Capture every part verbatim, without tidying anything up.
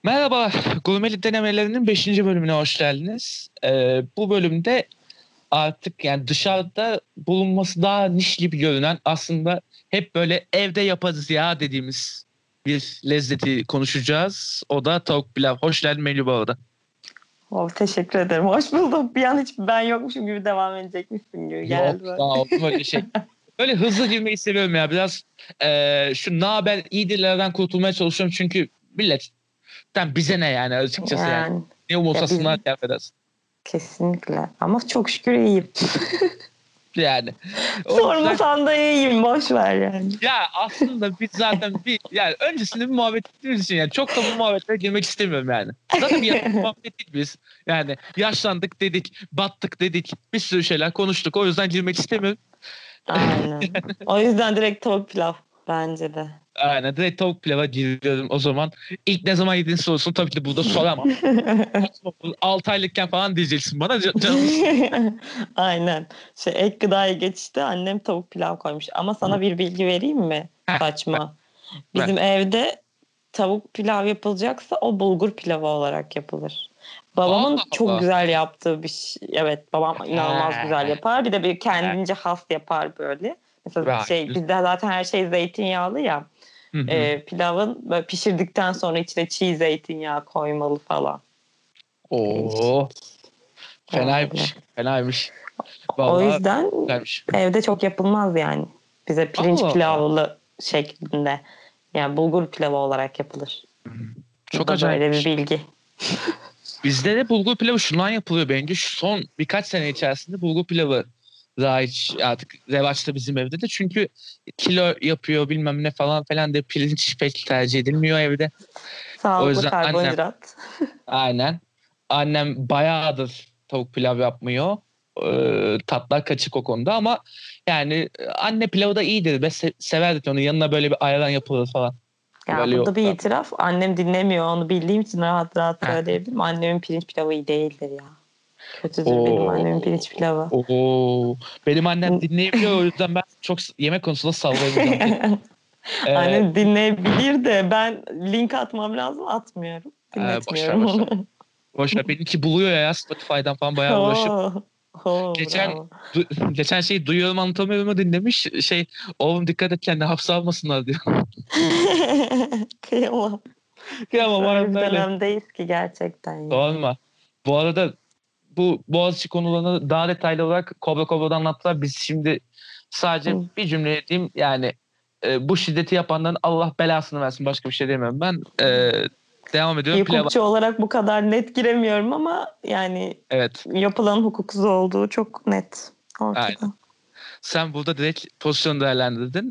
Merhaba, Gurmelik Denemelerinin beşinci bölümüne hoş geldiniz. Ee, bu bölümde artık yani dışarıda bulunması daha niş gibi görünen aslında hep böyle evde yaparız ya dediğimiz bir lezzeti konuşacağız. O da tavuk pilav. Hoş geldin Melih bu arada. Oh, teşekkür ederim. Hoş buldum. Bir an hiç ben yokmuşum gibi devam edecekmişsin gibi Yok geldi sağ böyle. ol. Böyle şey. Böyle hızlı girmeyi seviyorum ya. Biraz e, şu naber iyidirlerden kurtulmaya çalışıyorum çünkü milletten bize ne yani açıkçası yani. Yani Ne ya biz umursasınlar ya affedersin. kesinlikle. Ama çok şükür iyiyim. Yani. O yüzden Sormasan da iyiyim. Boş ver yani. ya aslında biz zaten bir yani öncesinde bir muhabbet ettiğimiz için yani çok da bu muhabbetlere girmek istemiyorum yani. Zaten bir yaşlı muhabbet ettik biz. Yani yaşlandık dedik, battık dedik, bir sürü şeyler konuştuk. O yüzden girmek istemiyorum. Aynen. O yüzden direkt tavuk pilav bence de. Aynen direkt tavuk pilava giriyorum o zaman. İlk ne zaman yediğin sorusunu tabii ki de burada soramam. altı aylıkken falan diyeceksin bana can- canım. Aynen. Şey, ek gıdaya geçişte annem tavuk pilav koymuş. Ama sana bir bilgi vereyim mi? Heh, ver, Saçma. ver. Bizim evde tavuk pilav yapılacaksa o bulgur pilavı olarak yapılır. Allah Babamın çok Allah. güzel yaptığı bir şey. Evet, babam inanılmaz güzel Ha, yapar. Bir de bir ha, kendince has yapar böyle. Mesela vay. şey bizde zaten her şey zeytinyağlı ya. Hı hı. E, pilavın böyle pişirdikten sonra içine çiğ zeytinyağı koymalı falan. Değişik. Oo, Öyle. fenaymış. Fenaymış. O Vallahi yüzden güzelmiş. evde çok yapılmaz yani. Bize pirinç Allah Allah. pilavlı şeklinde. Yani bulgur pilavı olarak yapılır. Bu Çok da böyle bir acayipmiş. bilgi. Bizde de bulgur pilavı şundan yapılıyor bence. Şu son birkaç sene içerisinde bulgur pilavı daha hiç artık revaçta bizim evde de. Çünkü kilo yapıyor bilmem ne falan falan de pirinç pek tercih edilmiyor evde. O Sağlıklı yüzden annem karbonhidrat. aynen. Annem bayağıdır tavuk pilav yapmıyor. Ee, tatlar kaçık o konuda ama yani anne pilavı da iyidir. Ben se- severdik onu. Yanına böyle bir ayran yapılır falan. Ya Böyle burada bir yoğurtla. itiraf. Annem dinlemiyor. Onu bildiğim için rahat rahat Heh. söyleyebilirim. Annemin pirinç pilavı iyi değildir ya. Kötüdür benim annemin Oo, pirinç pilavı. oo. Benim annem dinleyebiliyor o yüzden ben çok s- yemek konusunda sallayamayacağım. Ee, Annem dinleyebilir de ben link atmam lazım, atmıyorum. e, boş ver Dinletmiyorum boş ver. onu. Boş ver. Benimki buluyor ya Spotify'dan falan bayağı uğraşıp. Oo, oo, Geçen bravo. du- geçen şey duyuyorum anlatamıyorum'u dinlemiş. Şey oğlum dikkat et kendine hapse almasınlar diyor. Kıyamam. Of, Kıyamam öyle harbiden bir öyle. dönemdeyiz ki gerçekten ya. Sorma. Bu arada bu Boğaziçi konularını daha detaylı olarak Kobra Kobra'da anlattılar. Biz şimdi sadece Hı. bir cümle edeyim. Yani e, bu şiddeti yapanların Allah belasını versin. Başka bir şey demiyorum ben. E, devam ediyorum. Bir Pilava. hukukçu olarak bu kadar net giremiyorum ama yani Evet. yapılan hukuksuz olduğu çok net Aynen. ortada. Sen burada direkt pozisyonu değerlendirdin.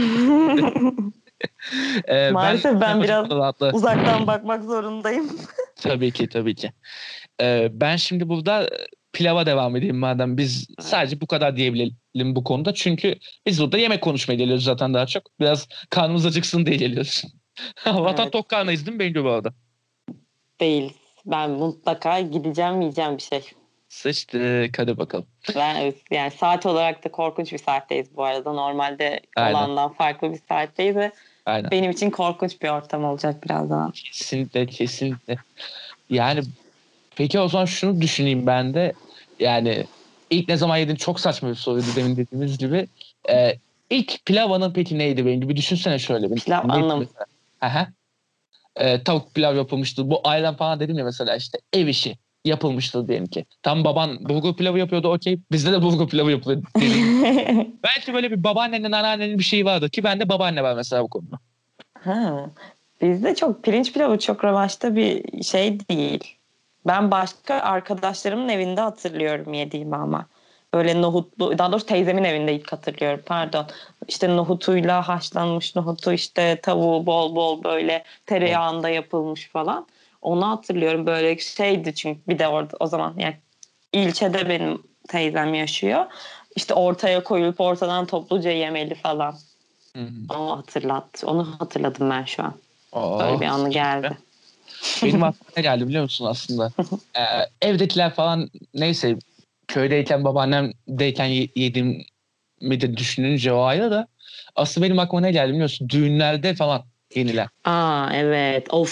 e, ben Maalesef ben yapacak biraz kadar rahatlı. uzaktan bakmak zorundayım. Tabii ki tabii ki. E, ben şimdi burada pilava devam edeyim madem. Biz sadece bu kadar diyebilelim bu konuda. Çünkü biz burada yemek konuşmaya geliyoruz zaten daha çok. Biraz karnımız acıksın diye geliyoruz. Allah'tan Evet, tok karnıyız değil mi Bengü bu arada? değil. Ben mutlaka gideceğim, yiyeceğim bir şey. Sıçtık. Hadi bakalım. Ben yani saat olarak da korkunç bir saatteyiz bu arada. Normalde Aynen. olandan farklı bir saatteyiz ve Aynen. benim için korkunç bir ortam olacak birazdan. Kesinlikle kesinlikle. Yani peki o zaman şunu düşüneyim ben de. Yani ilk ne zaman yedin çok saçma bir soruydu demin dediğimiz gibi. Ee, ilk pilavanın peki neydi benim? Bir düşünsene şöyle. Bir, Pilav neydi anım. mesela? Aha. Ee, tavuk pilav yapılmıştı. Bu ayran falan dedim ya mesela işte ev işi yapılmıştı diyelim ki. Tam baban bulgur pilavı yapıyordu okey. Bizde de bulgur pilavı yapılıyor dediğin. Belki böyle bir babaannenin anneannenin bir şeyi vardı ki bende babaanne var mesela bu konuda. Ha. Bizde çok pirinç pilavı çok revaçta bir şey değil. Ben başka arkadaşlarımın evinde hatırlıyorum yediğimi ama. Böyle nohutlu, daha doğrusu teyzemin evinde ilk hatırlıyorum pardon. İşte nohutuyla haşlanmış nohutu işte tavuğu bol bol böyle O, tereyağında yapılmış falan. Onu hatırlıyorum böyle şeydi çünkü bir de orada o zaman yani ilçede benim teyzem yaşıyor. İşte ortaya koyulup ortadan topluca yemeli falan. hı hı. Onu hatırlat. Onu hatırladım ben şu an. Böyle Oh, bir anı mis gibi. geldi. Benim aklıma ne geldi biliyor musun aslında? Ee, evdekiler falan neyse köydeyken babaannemdeyken ye- yediğim mi de düşününce o ayrı da aslında benim aklıma ne geldi biliyor musun? Düğünlerde falan yenilen. Aa evet. Of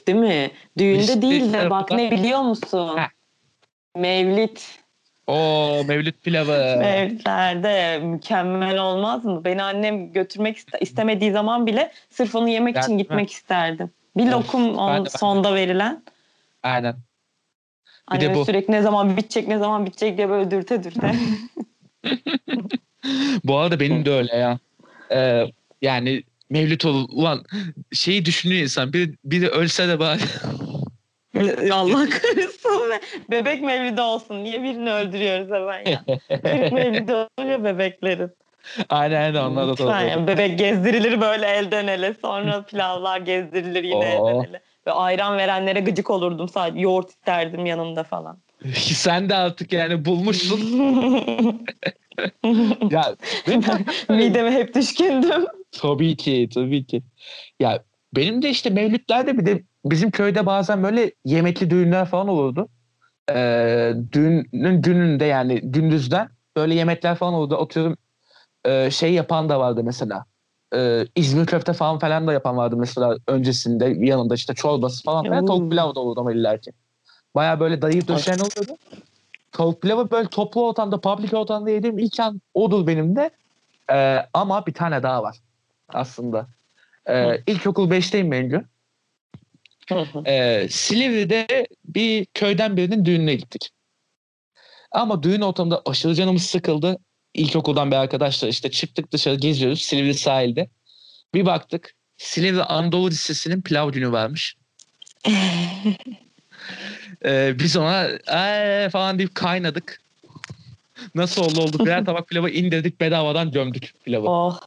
Of değil mi? Düğünde Dış- değil de dış bak tarafında- ne biliyor musun? Heh. Mevlit. Oo, mevlüt pilavı. Mevlitlerde mükemmel olmaz mı? Beni annem götürmek iste- istemediği zaman bile sırf onu yemek için Geldi mi? gitmek isterdim. Bir Of, lokum ben on, de ben de. sonda verilen. Aynen. Bir de Anneme bu. sürekli ne zaman bitecek ne zaman bitecek diye böyle dürte dürte. Bu arada benim de öyle ya. Ee, yani mevlüt ol ulan şeyi düşünüyor insan. Bir, biri ölse de bari. Allah korusun ve bebek mevlidi olsun. Niye birini öldürüyoruz hemen ya? Kırk mevlidi oluyor bebeklerin. Aynen aynen onlar da Lütfen oluyordu. yani bebek gezdirilir böyle elden ele. Sonra pilavlar gezdirilir yine elden Oo. ele. Ve ayran verenlere gıcık olurdum sadece. Yoğurt isterdim yanımda falan. Sen de artık yani bulmuşsun. Ya benim de hakikaten öyle. Mideme hep düşkündüm. Tabii ki tabii ki. Ya benim de işte mevlütlerde bir de bizim köyde bazen böyle yemekli düğünler falan olurdu. Ee, düğünün gününde yani gündüzden böyle yemekler falan olurdu. Atıyorum e, şey yapan da vardı mesela. Ee, İzmir köfte falan falan da yapan vardı mesela öncesinde yanında işte çorbası falan filan tavuk Oo. pilav da olurdu ama illaki. Baya böyle dayayıp döşeyen oluyordu. Tavuk pilavı böyle toplu ortamda, public ortamda yediğim ilk an odur benim de. Ee, ama bir tane daha var aslında. Ee, ilkokul beşteyim ben gün. Ee, Silivri'de bir köyden birinin düğününe gittik. Ama düğün ortamında aşırı canımız sıkıldı. İlkokuldan bir arkadaşlar işte çıktık dışarı geziyoruz Silivri sahilde. Bir baktık Silivri Anadolu Lisesi'nin pilav günü varmış. Ee, biz ona eee falan deyip kaynadık. Nasıl oldu oldu birer tabak pilavı indirdik bedavadan gömdük pilavı. Oh.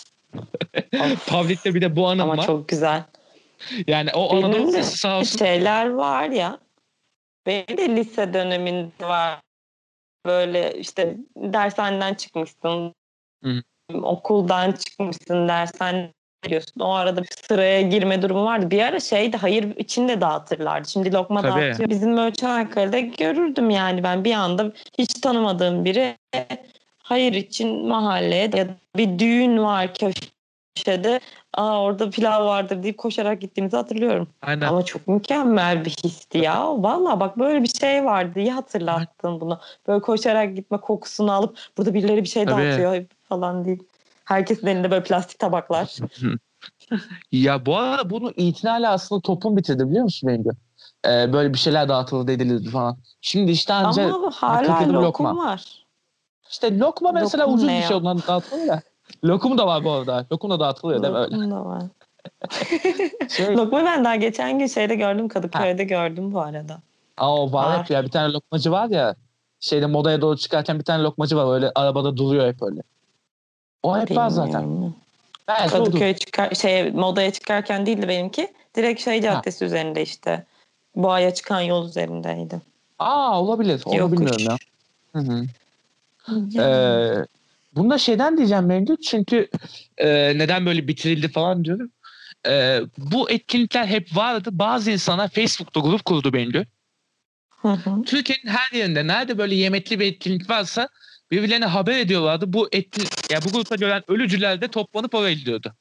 Of. Pavlik'te bir de bu anım Ama var. çok güzel. Yani o Anadolu Benim de Lisesi sağ olsun. şeyler var ya. Benim de lise döneminde var. Böyle işte dershaneden çıkmışsın. Hı. Okuldan çıkmışsın, dersen veriyorsun. O arada bir sıraya girme durumu vardı. Bir ara şeydi, hayır için de dağıtırlardı. Şimdi lokma Tabii. dağıtıyor. Bizim böyle Çanakkale'de görürdüm yani ben bir anda hiç tanımadığım biri hayır için mahalleye ya da bir düğün var köşede. Aa orada pilav vardır deyip koşarak gittiğimizi hatırlıyorum. Aynen. Ama çok mükemmel bir histi ya. Valla bak böyle bir şey vardı. İyi hatırlattın bunu. Böyle koşarak gitme kokusunu alıp burada birileri bir şey Tabii. dağıtıyor falan değil. Herkesin elinde böyle plastik tabaklar. Ya bu arada bunu itinayla aslında toplum bitirdi biliyor musun Bengü? Ee, böyle bir şeyler dağıtıldı edilirdi falan. Şimdi işte anca Ama hala takıldım lokum lokma. var. İşte lokma mesela Lokum ucuz ne bir şey ya? ondan dağıtılıyor ya. Lokum da var bu arada. Lokum da dağıtılıyor değil mi öyle? Lokum da var. Şey, Lokma ben daha geçen gün şeyde gördüm. ha, Kadıköy'de gördüm bu arada. aa, o var hep Var. ya bir tane lokmacı var ya şeyde modaya doğru çıkarken bir tane lokmacı var öyle arabada duruyor hep öyle. O hep var zaten. Bilmiyorum. Belki odur. Kadıköy çıkar, şey, modaya çıkarken değildi benimki. Direkt şey Ha. caddesi üzerinde işte. Boğa'ya çıkan yol üzerindeydi. Aa olabilir. Onu bilmiyorum Yokuş. ya. Hı hı. Yani. Ee, bunda şeyden diyeceğim Mengü çünkü e, neden böyle bitirildi falan diyorum. Ee, bu etkinlikler hep vardı. Bazı insanlar Facebook'ta grup kurdu Bengü. Hı hı. Türkiye'nin her yerinde nerede böyle yemekli bir etkinlik varsa birbirlerine haber ediyorlardı. Bu etkin ya bu grupta gören ölücüler de toplanıp oraya gidiyordu.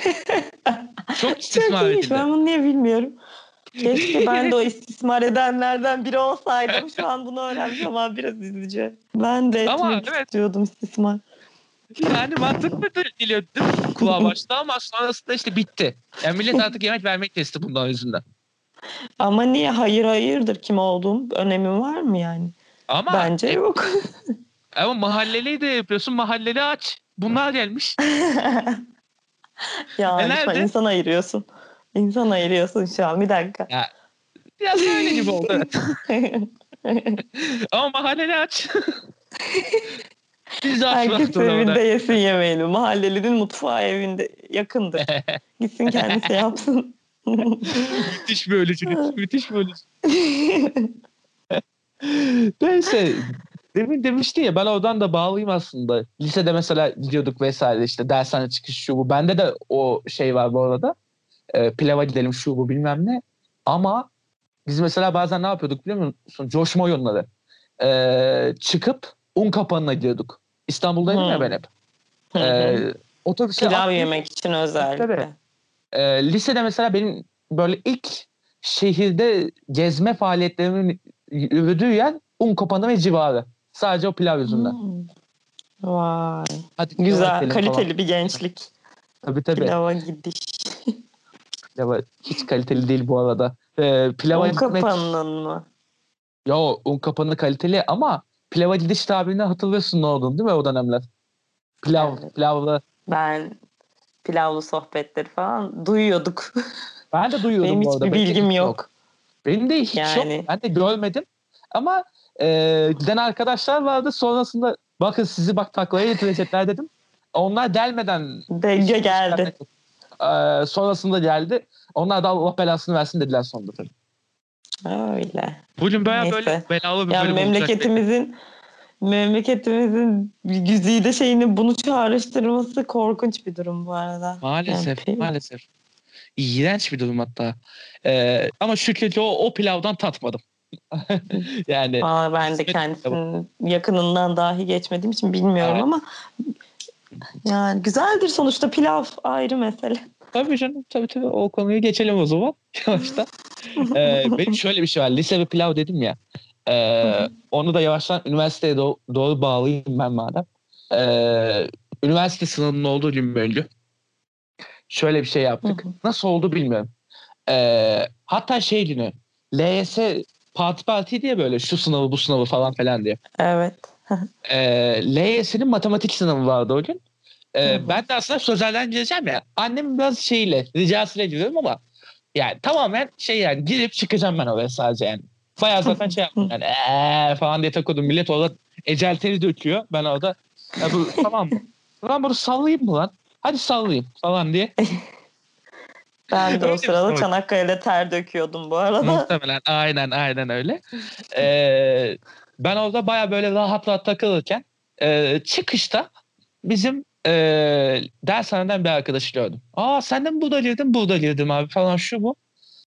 Çok Çok istismar iyiymiş. edildi. Ben bunu niye bilmiyorum. Keşke ben de o istismar edenlerden biri olsaydım. Şu an bunu öğrenmiş ama biraz üzücü. Ben de Ama etmek evet istiyordum istismar. yani mantıklı da geliyor değil mi? Kulağa başta ama sonrasında işte bitti. Yani millet artık yemek vermek kesti bundan yüzünden. Ama niye hayır hayırdır kim olduğum önemi var mı yani? Ama Bence e, yok. ama mahalleli de yapıyorsun. Mahalleli aç. Bunlar gelmiş. Ya E lütfen nerede? insan ayırıyorsun. İnsan ayırıyorsun şu an. Bir dakika. Ya biraz öyle gibi oldu evet. Ama mahalleli aç. Bizi aç Herkes bıraktılar evinde orada. yesin yemeğini. Mahallelinin mutfağı evinde yakındır. Gitsin kendisi yapsın. Müthiş bir ölücülük. Müthiş bir ölücülük. Neyse. Demin demişti ya ben oradan da bağlıyım aslında. Lisede mesela gidiyorduk vesaire işte dershane çıkış şu bu. Bende de o şey var bu arada. Ee, pilava gidelim şu bu bilmem ne. Ama biz mesela bazen ne yapıyorduk biliyor musun? Coşma oyunları. Ee, çıkıp un kapanına gidiyorduk. İstanbul'daydım ya ben hep. Ee, otobüse Pilav atlayıp yemek için tabii. özellikle. Ee, lisede mesela benim böyle ilk şehirde gezme faaliyetlerinin yürüdüğü yer Unkapanı ve civarı. Sadece o pilav yüzünden. Hmm. Vay. Hadi pilava Güzel, gidelim kaliteli falan. bir gençlik. Tabii tabii. Pilava gidiş. Pilava hiç kaliteli değil bu arada. Ee, pilava gitmek... Unkapanı'nın mı? Yo, Unkapanı kaliteli ama pilava gidiş tabirini hatırlıyorsun ne olduğunu değil mi o dönemler? Pilav, Evet. pilavlı. Ben pilavlı sohbetleri falan duyuyorduk. Ben de duyuyordum Benim bu arada. hiçbir Benim de bilgim hiç yok. yok. Benim de hiç yok. Yani Ben de görmedim. Ama e, giden arkadaşlar vardı. Sonrasında bakın sizi bak taklaya getirecekler dedim. Onlar delmeden iş, de işlerine geldi. e, sonrasında geldi. Onlar da Allah belasını versin dediler sonunda tabii. Öyle. Bugün baya böyle Neyse. belalı bir Yani bölüm olacak. memleketimizin memleketimizin güzide şeyini bunu çağrıştırması korkunç bir durum bu arada. Yani Maalesef, pi- maalesef. İğrenç bir durum hatta. E, ama şükür ki o, o pilavdan tatmadım. Yani Aa, ben de kısmet pilavı. kendisinin yakınından dahi geçmediğim için bilmiyorum Evet. ama yani güzeldir sonuçta, pilav ayrı mesele. Tabii canım, tabii tabii, o konuyu geçelim o zaman yavaştan. Ee, benim şöyle bir şey var. Lise ve pilav dedim ya. Ee, onu da yavaştan üniversiteye doğru, doğru bağlayayım ben madem. Ee, üniversite sınavının olduğu gün bölge. Şöyle bir şey yaptık. Nasıl oldu bilmiyorum. Ee, hatta şey günü. L Y S parti parti diye böyle şu sınavı bu sınavı falan filan diye. Evet. Ee, L Y S'nin matematik sınavı vardı o gün. Ee, ben de aslında sözelden gireceğim ya. Annemin biraz şeyiyle, ricasıyla giriyorum ama yani tamamen şey, yani girip çıkacağım ben oraya sadece yani. Bayağı zaten şey yaptım yani eee falan diye takıyordum. Millet orada ecel teri döküyor. Ben orada ya bu, tamam mı? Lan bunu sallayayım mı lan? Hadi sallayayım falan diye. Ben de o Öyle bir sırada sınav. Çanakkale'de ter döküyordum bu arada. Muhtemelen aynen aynen öyle. Ee, ben orada baya böyle rahat rahat takılırken e, çıkışta bizim e, dershaneden bir arkadaşı gördüm. Aa, sen de mi burada girdin? Burada girdim abi falan, şu bu.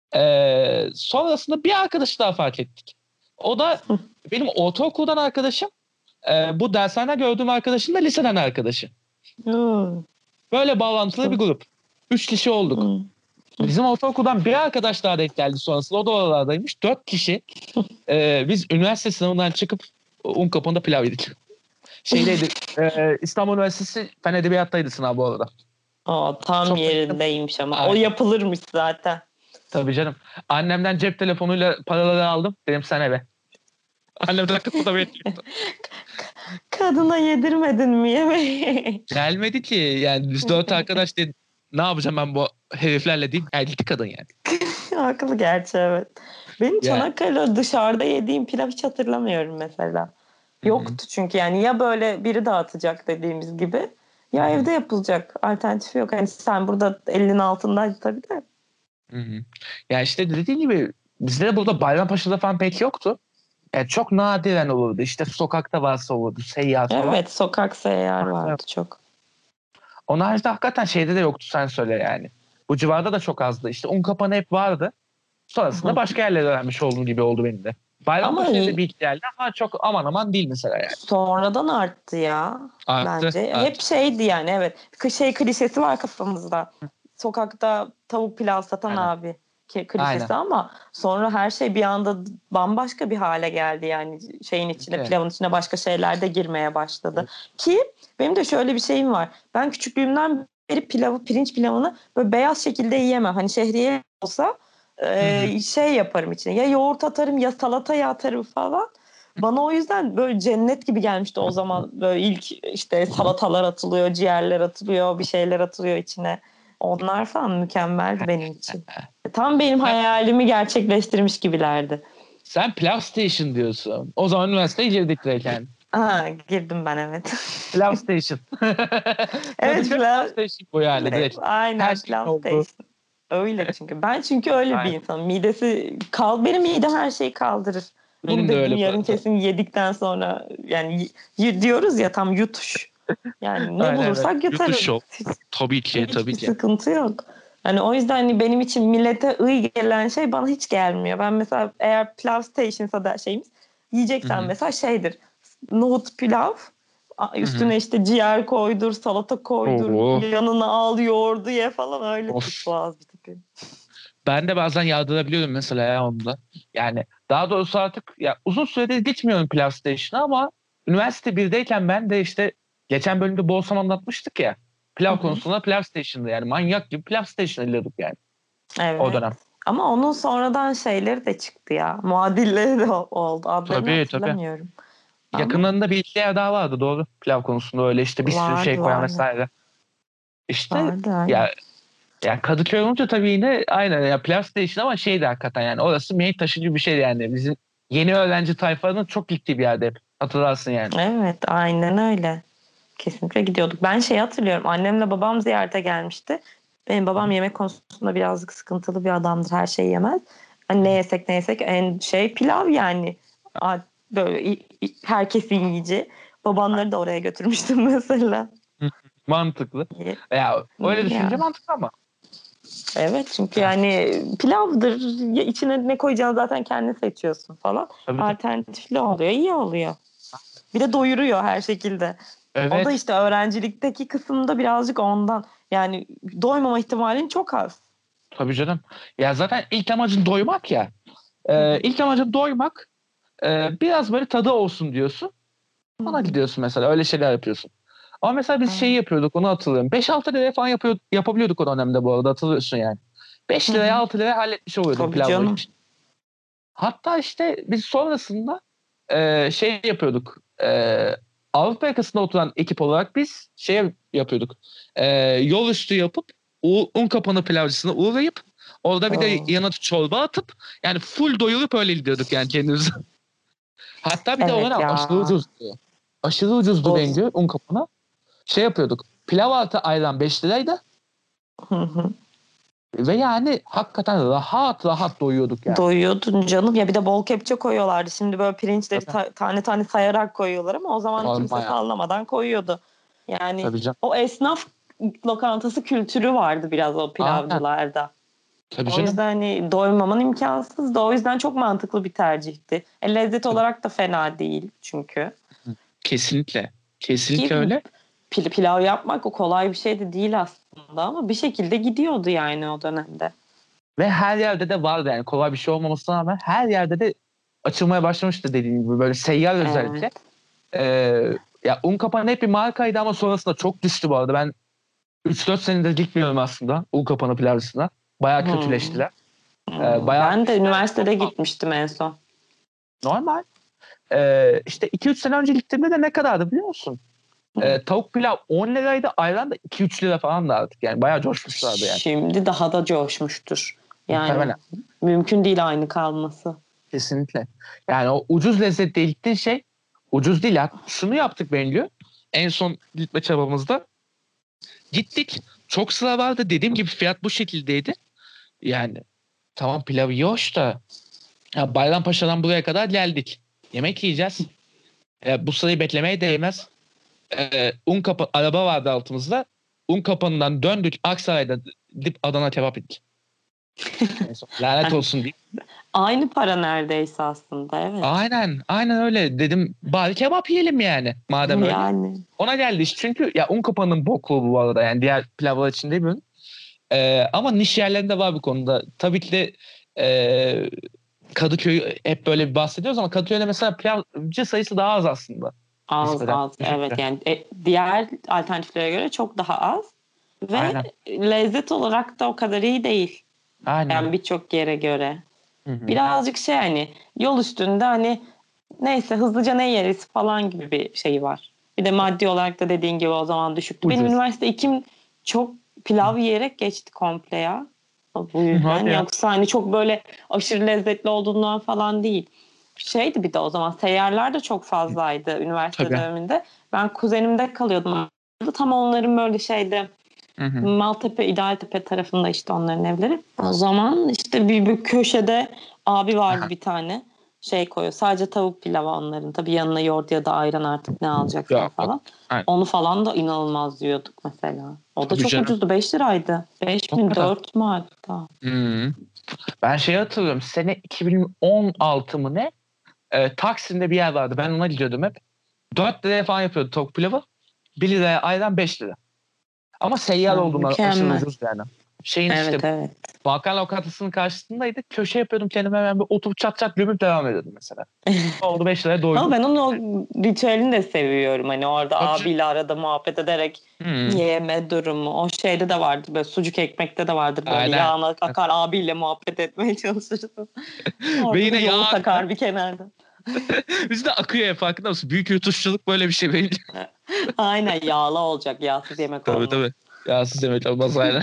Ee, sonrasında bir arkadaşı daha fark ettik. O da benim ortaokuldan arkadaşım. Ee, bu dershanede gördüğüm arkadaşım da liseden arkadaşı. Hmm. Böyle bağlantılı bir grup. Üç kişi olduk. Hmm. Bizim ortaokuldan bir arkadaş daha denk geldi sonrasında. O da oralardaymış. Dört kişi. Ee, biz üniversite sınavından çıkıp Unkapanı'da pilav yedik. Şeydeydi. E, İstanbul Üniversitesi Fen Edebiyatı'ydı sınav bu arada. Aa, tam Çok da yakın. yerindeymiş ama. O Aynen. yapılırmış zaten. Tabii canım. Annemden cep telefonuyla paraları aldım. Dedim sen eve. Annem de kapıda bekliyordu. Kadına yedirmedin mi yemeği? Gelmedi ki. Yani biz dört arkadaş dedi. Ne yapacağım ben bu heriflerle diyeyim. Geldi kadın yani. Haklı gerçi, evet. Benim Yani. Çanakkale'de dışarıda yediğim pilav hiç hatırlamıyorum mesela. Yoktu çünkü, yani ya böyle biri dağıtacak dediğimiz gibi ya Hı-hı. evde yapılacak. Alternatifi yok. Hani sen burada elinin altındaydı tabii de. Hı-hı. Ya işte dediğim gibi bizde de burada Bayrampaşa'da falan pek yoktu. Yani çok nadiren olurdu. İşte sokakta varsa olurdu. Seyyar falan. Evet, sokak seyyar vardı çok. Onun haricinde hakikaten şeyde de yoktu, sen söyle yani. Bu civarda da çok azdı. İşte Unkapanı hep vardı. Sonrasında başka yerlere öğrenmiş olduğum gibi oldu benim de. Ama Bayrampaşa'da da bir iki geldi ama çok aman aman değil mesela yani. sonradan arttı ya Arttı. bence. Hep Arttı. şeydi yani, evet. K- Şey klişesi var kafamızda. Sokakta tavuk pilav satan Aynen. abi ki klişesi, Aynen. ama sonra her şey bir anda bambaşka bir hale geldi yani, şeyin içine, Okay. pilavın içine başka şeyler de girmeye başladı. Evet. Ki benim de şöyle bir şeyim var. Ben küçüklüğümden beri pilavı, pirinç pilavını böyle beyaz şekilde yiyemem. Hani şehriye olsa e, şey yaparım içine. Ya yoğurt atarım ya salataya atarım falan. Bana o yüzden böyle cennet gibi gelmişti o zaman. Böyle ilk işte salatalar atılıyor, ciğerler atılıyor, bir şeyler atılıyor içine. Onlar falan mükemmeldi benim için. Tam benim Sen, hayalimi gerçekleştirmiş gibilerdi. sen Pilav Station diyorsun. O zaman üniversiteye girdik direkt yani. Aha, girdim ben, evet. Pilav Station. Evet, Kadıköy Pilav pilav, Station bu yani direkt. Her aynen şeyin pilav olduğu. station. Öyle çünkü. Ben çünkü öyle bir Aynen. insanım. Midesi kal, benim midem her şeyi kaldırır. Bunu Benim de dedim öyle bu yarın arada. kesin yedikten sonra, yani y- diyoruz ya, tam yutuş. Yani ne Aynen öyle. bulursak Yurt dışı yutarız. şov. Tabii ki, tabii Hiçbir ki. sıkıntı yok. Yani o yüzden hani benim için millete ıy gelen şey bana hiç gelmiyor. Ben mesela eğer pilav station'sa da şeyimiz, yiyeceksen Hı-hı. mesela şeydir. Nohut pilav, Hı-hı. üstüne işte ciğer koydur, salata koydur, Oo. yanına al yoğurdu ye falan, öyle Of. tutboğaz bir tipim. Ben de bazen yağdırabiliyorum mesela ya onda. Yani daha doğrusu artık ya uzun süredir gitmiyorum Pilav Station'a ama üniversite birdeyken ben de işte geçen bölümde Bolsam anlatmıştık ya. Hı Pilav hı. konusunda Pilav Station'da yani manyak gibi Pilav Station'a gidiyorduk yani o Evet. dönem. Ama onun sonradan şeyleri de çıktı ya. Muadilleri de o- oldu. Adlarını Tabii tabii. hatırlamıyorum. Ama Yakınlarında bir iki yer daha vardı doğru. Pilav konusunda öyle işte bir sürü şey vardı koyan vardı. vesaire. İşte Vardı aynen. ya yani Kadıköy olunca tabii yine aynen ya Pilav Station ama şeydi hakikaten yani orası mihenk taşı gibi bir şey yani. Bizim yeni öğrenci tayfalarının çok gittiği bir yerde hep. Hatırlarsın yani. Evet aynen öyle. Kesinlikle gidiyorduk. Ben şeyi hatırlıyorum. Annemle babam ziyarete gelmişti. Benim babam yemek konusunda birazcık sıkıntılı bir adamdır. Her şeyi yemez. Hani ne yesek ne yesek en şey pilav yani. A- Böyle i- i- herkesin yiyeceği. Babanları da oraya götürmüştüm mesela. Hı. Mantıklı. Ye- Ya öyle düşünce Ya. mantıklı ama. Evet çünkü Ya, yani pilavdır. Ya içine ne koyacağını zaten kendin seçiyorsun falan. tabii tabii. Alternatifli oluyor. İyi oluyor. Bir de doyuruyor her şekilde. O da Evet. işte öğrencilikteki kısımda birazcık ondan. Yani doymama ihtimalin çok az. Tabii canım. Ya zaten ilk amacın doymak ya. Hı Ee, hı. ilk amacın doymak. Ee, biraz böyle tadı olsun diyorsun. Hı Ona hı. gidiyorsun mesela. Öyle şeyler yapıyorsun. Ama mesela biz şeyi Evet. yapıyorduk onu hatırlıyorum. beş altı liraya falan yapıyor, yapabiliyorduk o dönemde bu arada hatırlıyorsun yani. Hı beş liraya hı. altı liraya halletmiş oluyorduk Tabii pilavla. canım. Hatta işte biz sonrasında e, şey yapıyorduk. E, Avrupa yakasında oturan ekip olarak biz şey yapıyorduk. E, yol üstü yapıp U- Unkapanı pilavcısına uğrayıp orada bir de Oo. yanına çorba atıp yani full doyurup öyle gidiyorduk yani kendimiz. Hatta bir de o Evet dönem aşırı ya. ucuzdu. Aşırı ucuzdu O... Bengü Unkapanı. Şey yapıyorduk. Pilav artı ayran beş liraydı Hı hı. ve yani hakikaten rahat rahat doyuyorduk yani. Doyuyordun canım. Ya bir de bol kepçe koyuyorlardı. Şimdi böyle pirinçleri Tabii. ta- tane tane sayarak koyuyorlar ama o zaman Sorma kimse ya. sallamadan koyuyordu. Yani Tabii canım. o esnaf lokantası kültürü vardı biraz o Aynen. pilavcılarda. Tabii O canım. yüzden hani doymaman imkansızdı. O yüzden çok mantıklı bir tercihti. E, lezzet Tabii. olarak da fena değil çünkü. Kesinlikle. Kesinlikle Ki öyle. pil- pilav yapmak o kolay bir şey de değil aslında ama bir şekilde gidiyordu yani o dönemde. Ve her yerde de vardı yani kolay bir şey olmamasına rağmen her yerde de açılmaya başlamıştı dediğim gibi böyle seyyar Evet. özellikle. Ee, ya Unkapanı hep bir markaydı ama sonrasında çok düştü bu arada. Ben üç dört senedir gitmiyorum aslında Unkapanı plajısına. Bayağı Hmm. kötüleştiler. Ee, Hmm. bayağı Ben de düştüler. üniversitede gitmiştim en son. Normal. Ee, işte iki üç sene önce gittiğimde de ne kadardı biliyor musun? Hmm. Ee, tavuk pilav on liraydı. Ayran da iki üç lira falan da artık. Yani bayağı coşmuşlardı yani. Şimdi daha da coşmuştur. Yani Muhtemelen. mümkün değil aynı kalması. Kesinlikle. Yani o ucuz lezzet dedikleri şey ucuz değil. Ya. Şunu yaptık Bengü. En son gitme çabamızda. Gittik. Çok sıra vardı. Dediğim gibi fiyat bu şekildeydi. Yani tamam pilavı iyi hoş da ya Bayrampaşa'dan buraya kadar geldik. Yemek yiyeceğiz. E, bu sırayı beklemeye değmez. E, un kapı araba vardı altımızda. Un kapanından döndük. Aksaray'da dip Adana kebap yedik. En son. Lanet olsun deyip. Aynı para neredeyse aslında evet. Aynen, aynen öyle dedim. Bari kebap yiyelim yani madem öyle. Yani Ona geldi iş. Çünkü ya un kapanının bokluğu bu arada. Yani diğer pilavlar için demiyorum. Ee, ama niş yerlerinde var bu konuda. Tabii ki de e, Kadıköy hep böyle bir bahsediyoruz ama Kadıköy'de mesela pilavcı sayısı daha az aslında. az Nispeten. az evet Düşünce. yani e, diğer alternatiflere göre çok daha az ve Aynen. lezzet olarak da o kadar iyi değil. Aynen. Yani birçok yere göre. Hı hı. Birazcık şey hani yol üstünde hani neyse hızlıca ne yeriz falan gibi bir şey var. Bir de maddi olarak da dediğin gibi o zaman düşüktü. Benim Ucuz. üniversite ikim çok pilav yiyerek geçti komple ya. Bu Hı, hadi yüzden ya. yoksa hani çok böyle aşırı lezzetli olduğundan falan değil. Şeydi bir de o zaman seyyarlar da çok fazlaydı üniversite Tabii. döneminde. Ben kuzenimde kalıyordum. Tam onların böyle şeyde Hı hı. Maltepe, İdealtepe tarafında işte onların evleri. O zaman işte bir, bir köşede abi vardı Aha. bir tane. Şey koyuyor. Sadece tavuk pilavı onların. Tabii yanına yoğurt ya da ayran artık ne alacaksan Yok yok. falan. Aynen. Onu falan da inanılmaz yiyorduk mesela. O da Tabii çok canım. ucuzdu. beş liraydı. beş O mi kadar. dört mü hatta? Hı. Ben şeyi hatırlıyorum. Sene iki bin on altı mı ne? Ee, Taksim'de bir yer vardı. Ben ona gidiyordum hep. dört liraya falan yapıyordu tavuk pilavı. bir liraya ayran beş lira. Ama seyyar Ha, olduğundan aşırı mükemmel. ucuz yani. Şeyin Evet işte evet. Balkan lokantasının karşısındaydı. Köşe yapıyordum kendime, hemen bir oturup çat çat gömüp devam ediyordum mesela. Oldu beş liraya Ama doydum. ben onun o ritüelini de seviyorum. Hani orada Tabii canım. abiyle arada muhabbet ederek Hmm, yeme durumu. O şeyde de vardır böyle, sucuk ekmekte de vardır böyle. aynen. Yağına akar abiyle muhabbet etmeye çalışırsın. Ve Orada da yine yağ yoğurt akar. akar bir kenarda. Bizde akıyor ya, farkında mısın? Büyük yutuşçuluk böyle bir şey benim. Aynen, yağlı olacak. Yağsız yemek Tabii olmaz. tabii. Yağsız yemek olmaz aynen.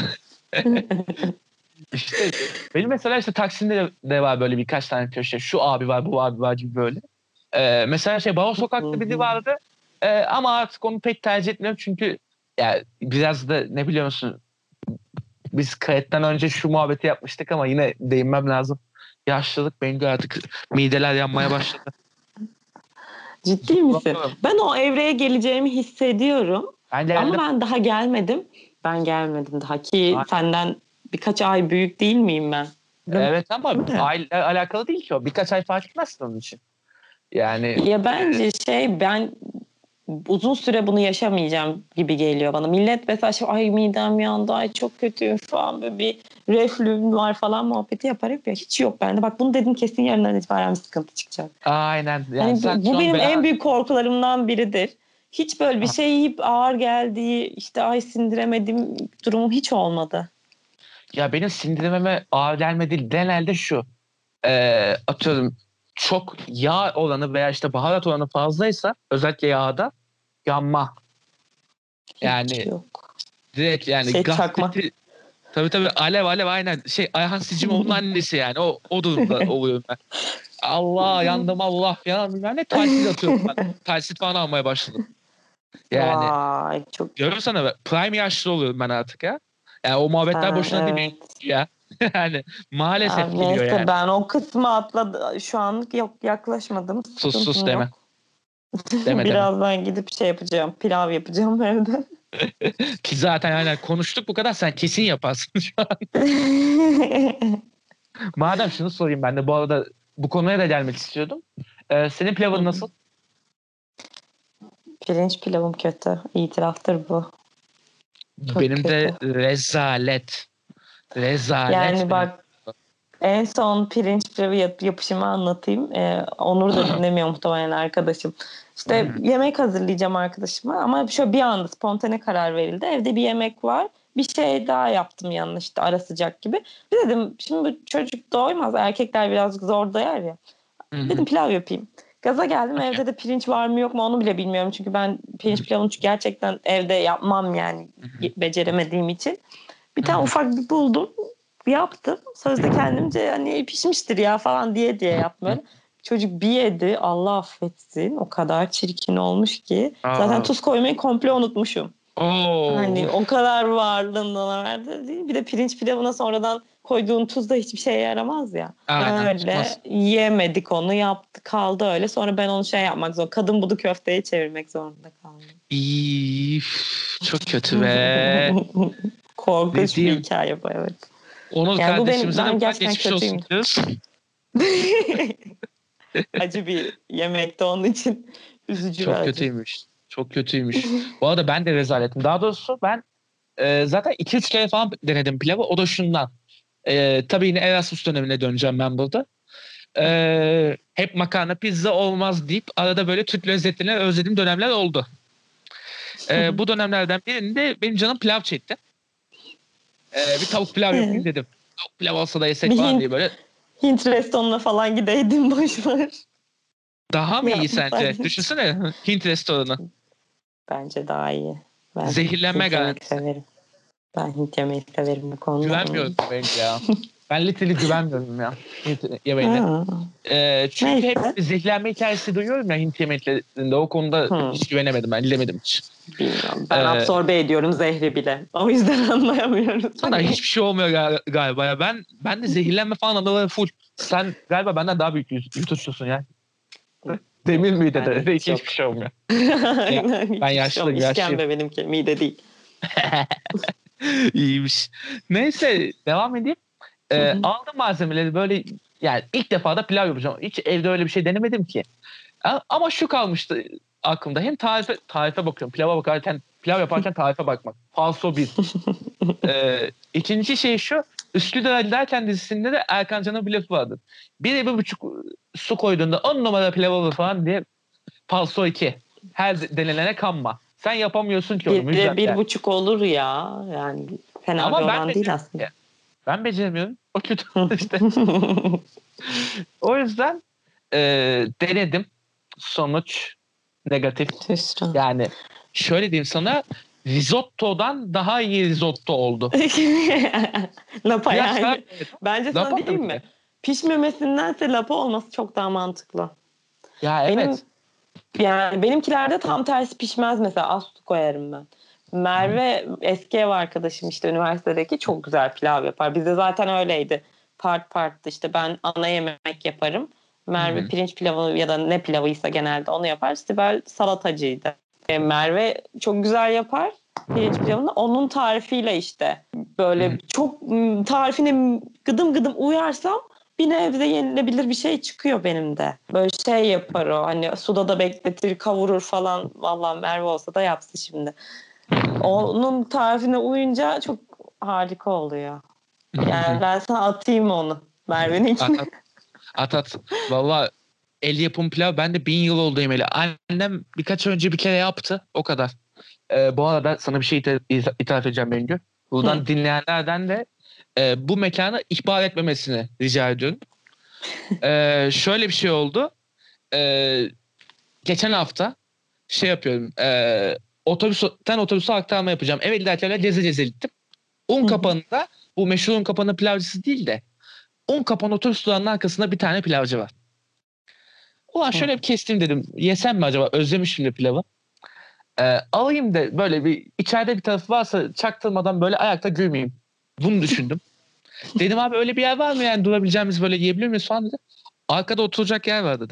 İşte benim mesela işte Taksim'de de, de var böyle birkaç tane köşe. Şu abi var, bu abi var gibi böyle. Ee, mesela şey Baba Sokak'ta biri vardı. Ee, ama artık onu pek tercih etmiyorum çünkü ya biraz da ne biliyor musun? Biz kayıttan önce şu muhabbeti yapmıştık ama yine değinmem lazım. Yaşlılık benim artık mideler yanmaya başladı. Ciddi misin? Ben o evreye geleceğimi hissediyorum. Ben Ama geldim. ben daha gelmedim. Ben gelmedim daha ki senden birkaç ay büyük değil miyim ben? Evet ama Değil mi? aile alakalı değil ki o. Birkaç ay fark etmezsin onun için. Yani Ya bence şey, ben uzun süre bunu yaşamayacağım gibi geliyor bana. Millet mesela şey, ay midem yandı, ay çok kötüyüm falan, böyle bir reflüm var falan muhabbeti yapar hep ya. Hiç yok bende. Bak bunu dedim, kesin yarından itibaren bir sıkıntı çıkacak. aynen yani Hani sen bu, şu bu an benim en bela... büyük korkularımdan biridir. Hiç böyle bir şey yiyip ağır geldiği, işte ay sindiremedim durumum hiç olmadı. Ya benim sindirimime ağır gelme değil. Genelde şu. Ee, atıyorum çok yağ olanı veya işte baharat olanı fazlaysa özellikle yağda yanma. Hiç Yani yok. direkt yani Şey çakma. gazete tabii tabii alev alev aynen şey Ayhan Sicimoğlu'nun annesi yani o o durumda oluyorum ben. Allah yandım Allah falan yani talsiz atıyorum ben. Talsiz falan almaya başladım. Yani Vay çok. görürsene be, prime yaşlı oluyorum ben artık ya. Yani o muhabbetler Ha, boşuna değil evet. ya. Yani maalesef Abi geliyor neyse, yani. ben o kısmı atladı. Şu anlık yok, yaklaşmadım. Sus sus Sıkıntım deme. yok. Deme deme. Birazdan gidip şey yapacağım. Pilav yapacağım evde. Ki zaten yani konuştuk bu kadar, sen kesin yaparsın şu an. Madem şunu sorayım, ben de bu arada bu konuya da gelmek istiyordum. Ee, senin pilavın nasıl? Pirinç pilavım kötü. İtiraftır bu. Çok Benim de kötü. rezalet. Rezalet Yani benim. bak, en son pirinç pilavı yap- yapışımı anlatayım. Ee, Onur da dinlemiyor muhtemelen, arkadaşım. İşte yemek hazırlayacağım arkadaşıma ama şöyle bir anda spontane karar verildi. Evde bir yemek var. Bir şey daha yaptım yanlış, işte ara sıcak gibi. Bir dedim şimdi bu çocuk doymaz. Erkekler birazcık zor doyar ya. Dedim pilav yapayım. Gaza geldim, evde de pirinç var mı yok mu onu bile bilmiyorum. Çünkü ben pirinç pilavını gerçekten evde yapmam yani, beceremediğim için. Bir tane ufak bir buldum. Yaptım. Sözde kendimce yani pişmiştir ya falan diye diye yaptım böyle. Çocuk bir yedi, Allah affetsin. O kadar çirkin olmuş ki. Zaten Aa, tuz koymayı komple unutmuşum. oo. Hani o kadar varlığından verdi değil. Bir de pirinç pilavına sonradan koyduğun tuz da hiçbir şeye yaramaz ya. Aynen Öyle tutmaz. yemedik, onu yaptı kaldı öyle. Sonra ben onu şey yapmak zorunda. Kadın budu köfteye çevirmek zorunda kaldım. İyi, çok kötü be. Ne Korkunç bir diyeyim? hikaye bu, evet. Onur Yani bu benim, kardeşimize de ben buradan gerçekten geçmiş olsun kötüyüm. diyoruz. Acı bir yemekti onun için. Üzücü ve Çok acı. kötüymüş. Çok kötüymüş. Bu arada ben de rezaletim. Daha doğrusu ben e, zaten iki üç kere falan denedim pilavı. O da şundan. E, tabii yine Erasmus dönemine döneceğim ben burada. E, hep makarna pizza olmaz deyip arada böyle Türk lezzetlerini özlediğim dönemler oldu. E, bu dönemlerden birinde benim canım pilav çekti. E, bir tavuk pilav yapayım dedim. Tavuk pilav olsa da yesek Bir falan Hint, diye böyle. Hint restoranına falan gideydin, boş ver. Daha mı iyi sence? Yapmasaydın. Düşünsene Hint restoranı. Bence daha iyi. Ben Zehirlenme Hint yemek garantisi. severim. Ben Hint yemeği severim bu konuda. Güvenmiyorum ben ya. Ben literally güvenmiyorum ya Hint yemeğine. Ha, Ee, çünkü hep neyse. zehirlenme hikayesi duyuyorum ya Hint yemeklerinde. O konuda Hmm, hiç güvenemedim ben. Bilemedim hiç. bilmiyorum. Ben Ee, absorbe ediyorum zehri bile. O yüzden anlayamıyorum. sana hiçbir şey olmuyor gal- galiba ya. Ben ben de zehirlenme falan anıları full. Sen galiba benden daha büyük yut- yutuşçusun ya. Demir miydi Ben de, de hiç, hiç yok. hiçbir şey olmuyor. Ya, Aynen, ben hiçbir şey yaşlıyım olmuyor. yaşlıyım. İşkembe benimki, mide değil. İyiymiş. Neyse devam edeyim. Ee, aldım malzemeleri böyle, yani ilk defa da pilav yapacağım. Hiç evde öyle bir şey denemedim ki. A- Ama şu kalmıştı aklımda. Hem tarife, tarife bakıyorum. Pilava bakarken Pilav yaparken tarife bakmak. Falso bir. ee, ikinci şey şu. Üsküdar derken dizisinde de Erkan Can'ın bir lafı vardı. Bir bir buçuk su koyduğunda on numara pilav olur falan diye falso iki. Her denilene kanma. Sen yapamıyorsun ki onu. Bir de bir Mücadele. buçuk olur ya. Yani fena Ama bir ben oran değil aslında. Ben beceremiyorum. O kötü işte. O yüzden e, denedim. Sonuç negatif. Hüsran. Yani şöyle diyeyim sana, risottodan daha iyi risotto oldu. Lapa Biraz yani. daha- Bence sana Lapa diyeyim tabii mi? ki. Pişmemesindense lapa olması çok daha mantıklı. Ya evet. Benim yani benimkilerde tam tersi pişmez mesela, az su koyarım ben. Merve eski ev arkadaşım işte üniversitedeki çok güzel pilav yapar. Bizde zaten öyleydi. Part part işte ben ana yemek yaparım. Merve Hı-hı. pirinç pilavı ya da ne pilavıysa genelde onu yapar. Sibel salatacıydı. E, Merve çok güzel yapar pirinç pilavını. Onun tarifiyle işte böyle Hı-hı. çok m, tarifine gıdım gıdım uyarsam bir nebze yenilebilir bir şey çıkıyor benim de. Böyle şey yapar o, hani suda da bekletir, kavurur falan. Vallahi Merve olsa da yapsın şimdi. Onun tarifine uyunca çok harika oluyor. Yani ben sana atayım onu. Merve'ninkini. At at. At at. Valla el yapım pilav, ben de bin yıl oldu yemeli. Annem birkaç önce bir kere yaptı. O kadar. Ee, bu arada sana bir şey ita- itiraf edeceğim Bengü. Buradan Hı. dinleyenlerden de e, bu mekanı ihbar etmemesini rica ediyorum. Ee, şöyle bir şey oldu. Ee, geçen hafta şey yapıyorum. E, otobüsten otobüse aktarma yapacağım. Eve giderken ceze ceze gittim. Un Hı hı. kapanında, bu meşhur un kapanı pilavcısı değil de un kapanı otobüs durağının arkasında bir tane pilavcı var. Ulan Hı. şöyle bir kestim dedim. Yesem mi acaba? Özlemişim de pilavı. Ee, alayım da böyle bir içeride bir tarafı varsa çaktırmadan böyle ayakta gülmeyeyim. Bunu düşündüm. Dedim abi öyle bir yer var mı yani durabileceğimiz, böyle yiyebilir miyiz falan dedi. Arkada oturacak yer var dedi.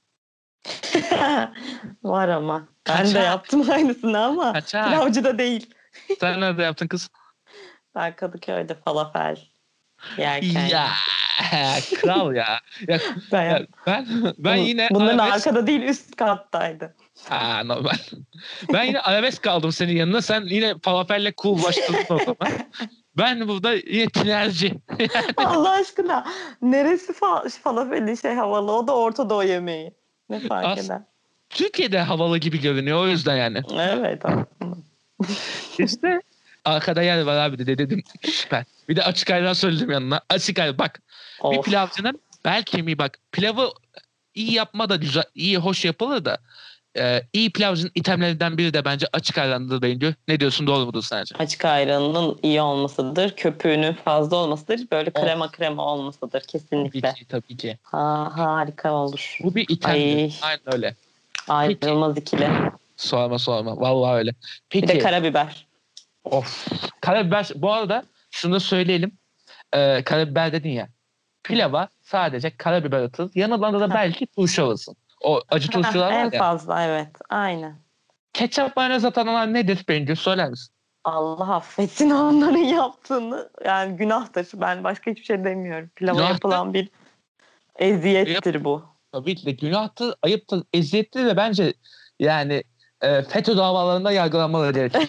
Var ama. Ben de Kaçak. yaptım aynısını ama Kaçak. pilavcı da değil. Sen nerede yaptın kız? Ben Kadıköy'de falafel yerken Ya yaptım. kral ya. Ya, Ben ya yaptım. ben ben Bun- yine Bunların arabesk. arkada değil üst kattaydı. Ha, normal. Ben yine arabesk kaldım senin yanına. Sen yine falafelle coollaştırdın o zaman. Ben burada yine tinerci. Allah aşkına. Neresi fa falafeli şey havalı? O da Orta Doğu yemeği. Ne fark As eder? Türkiye'de havalı gibi görünüyor, o yüzden yani. Evet aslında. İşte arkada yer var abi de dedim süper. Bir de açık ayran söyledim yanına. Açık ayran bak. Bir Of. pilavcının bel kemiği bak. Pilavı iyi yapma da güzel, iyi hoş yapılır da e, iyi pilavcının itemlerinden biri de bence açık ayrandır bence. Ne diyorsun, doğru mudur sence? Açık ayranının iyi olmasıdır. Köpüğünün fazla olmasıdır. Böyle Oh, krema krema olmasıdır tabii kesinlikle. ki tabii ki. Ha, harika olur. Bu bir itemdir. Ay, Aynen öyle. Peki. ayrılmaz ikili. Sorma sorma. Vallahi öyle. Bir de Peki. karabiber. Of. Karabiber. Bu arada şunu söyleyelim. Ee, karabiber dedin ya. Pilava sadece karabiber atılır. Yanında da belki turşu alırsın. O acı turşular var En ya. fazla evet. Aynen. Ketçap mayonez atanlar nedir Bengü? Söyler misin? Allah affetsin onların yaptığını. Yani günahtır. Ben başka hiçbir şey demiyorum. Pilava Günahtır. yapılan bir eziyettir bu. Tabii ki de günahtır, ayıptır, eziyettir de bence yani e, FETÖ davalarında yargılanmaları gerekir.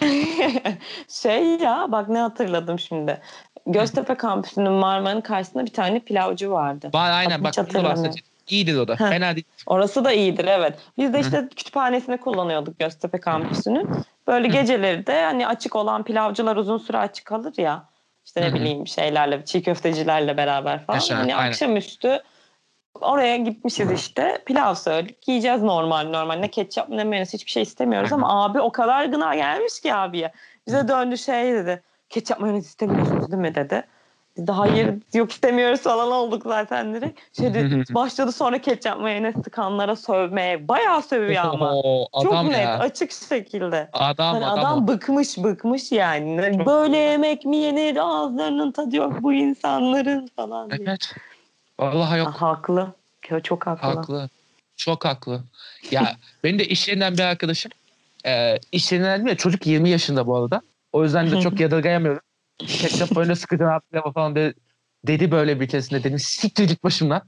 Şey ya bak ne hatırladım şimdi. Göztepe kampüsünün Marmara'nın karşısında bir tane pilavcı vardı. Var aynen, Adını bak hiç bunu da hatırlamıyorum. bahsedeceğim. İyidir o da. Heh. Fena değil. Orası da iyidir evet. Biz de Hı. işte kütüphanesini kullanıyorduk Göztepe kampüsünün. Böyle geceleri de hani açık olan pilavcılar uzun süre açık kalır ya. İşte ne Hı hı. bileyim şeylerle, çiğ köftecilerle beraber falan. Yaşa, Hani aynen. akşamüstü oraya gitmişiz işte. Pilav söyledik. Yiyeceğiz normal normal. Ne ketçap ne mayonez hiçbir şey istemiyoruz Aynen. ama abi o kadar gına gelmiş ki abiye. Bize döndü şey dedi. Ketçap mayonez istemiyorsunuz değil mi dedi. Biz de hayır yok istemiyoruz falan olduk zaten direkt. Şey dedi, başladı sonra ketçap mayonez sıkanlara sövmeye. Bayağı sövüyor ama. Oho, Çok adam net ya. açık şekilde. Adam Hani adam o. adam bıkmış bıkmış yani. Hani Çok böyle yemek mi yenir, ağızlarının tadı yok bu insanların falan diye. evet. Vallahi Ha, yok. haklı. Çok haklı. Haklı. Çok haklı. Ya benim de iş yerinden bir arkadaşım. E, iş yerinden değil mi? Çocuk yirmi yaşında bu arada. O yüzden de çok yadırgayamıyorum. Ketçap böyle sıkıcı abi falan dedi, dedi böyle bir keresinde. Dedim siktir git başımdan.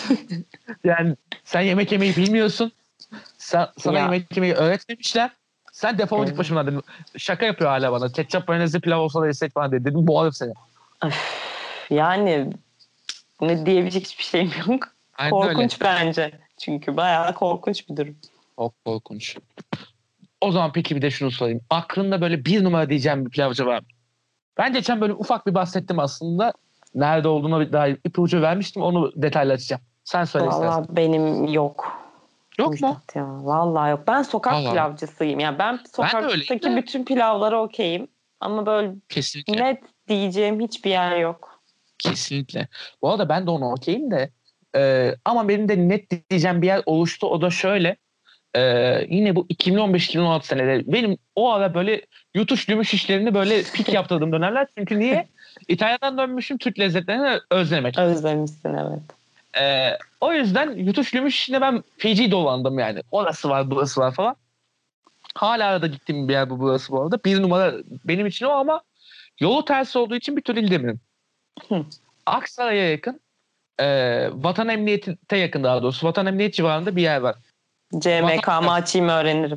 Yani sen yemek yemeyi bilmiyorsun. Sen, sana Ya yemek yemeyi öğretmemişler. Sen defol git Evet. başımdan dedim. Şaka yapıyor hala bana. Ketçap mayonezli pilav olsa da yesek falan dedi. Dedim boğarım seni. Öf, yani ne diyebilecek hiçbir şeyim yok. Aynen öyle. Korkunç bence. Çünkü bayağı korkunç bir durum. Çok korkunç. O zaman peki bir de şunu sorayım. Aklında böyle bir numara diyeceğim bir pilavcı var mı? Ben geçen böyle ufak bir bahsettim aslında. Nerede olduğuna dair ipucu vermiştim. Onu detaylı açacağım. Sen söyle istersen. Vallahi benim yok. Yok mu? Müjdat ya. Vallahi yok. Ben sokak Allah Allah. pilavcısıyım. Yani ben sokaktaki öyleyim de. bütün pilavlara okeyim. Ama böyle Kesinlikle. net diyeceğim hiçbir yer yok. Kesinlikle. Bu arada ben de ona okeyim de. E, ama benim de net diyeceğim bir yer oluştu. O da şöyle. E, yine bu iki bin on beş iki bin on altı seneleri. Benim o ara böyle yutuş lümüş işlerini böyle pik yaptırdığım dönemler. Çünkü niye? İtalya'dan dönmüşüm, Türk lezzetlerini özlemek. Özlemişsin evet. Ee, o yüzden yutuş lümüş işine ben feci dolandım yani. Orası var, burası var falan. Hala da gittiğim bir yer bu burası bu arada. Bir numara benim için o ama yolu tersi olduğu için bir türlü gidemiyorum. Hı. Aksaray'a yakın, e, Vatan Emniyet'e yakın daha doğrusu. Vatan Emniyet civarında bir yer var. C M K Vatan- mı açayım öğrenirim.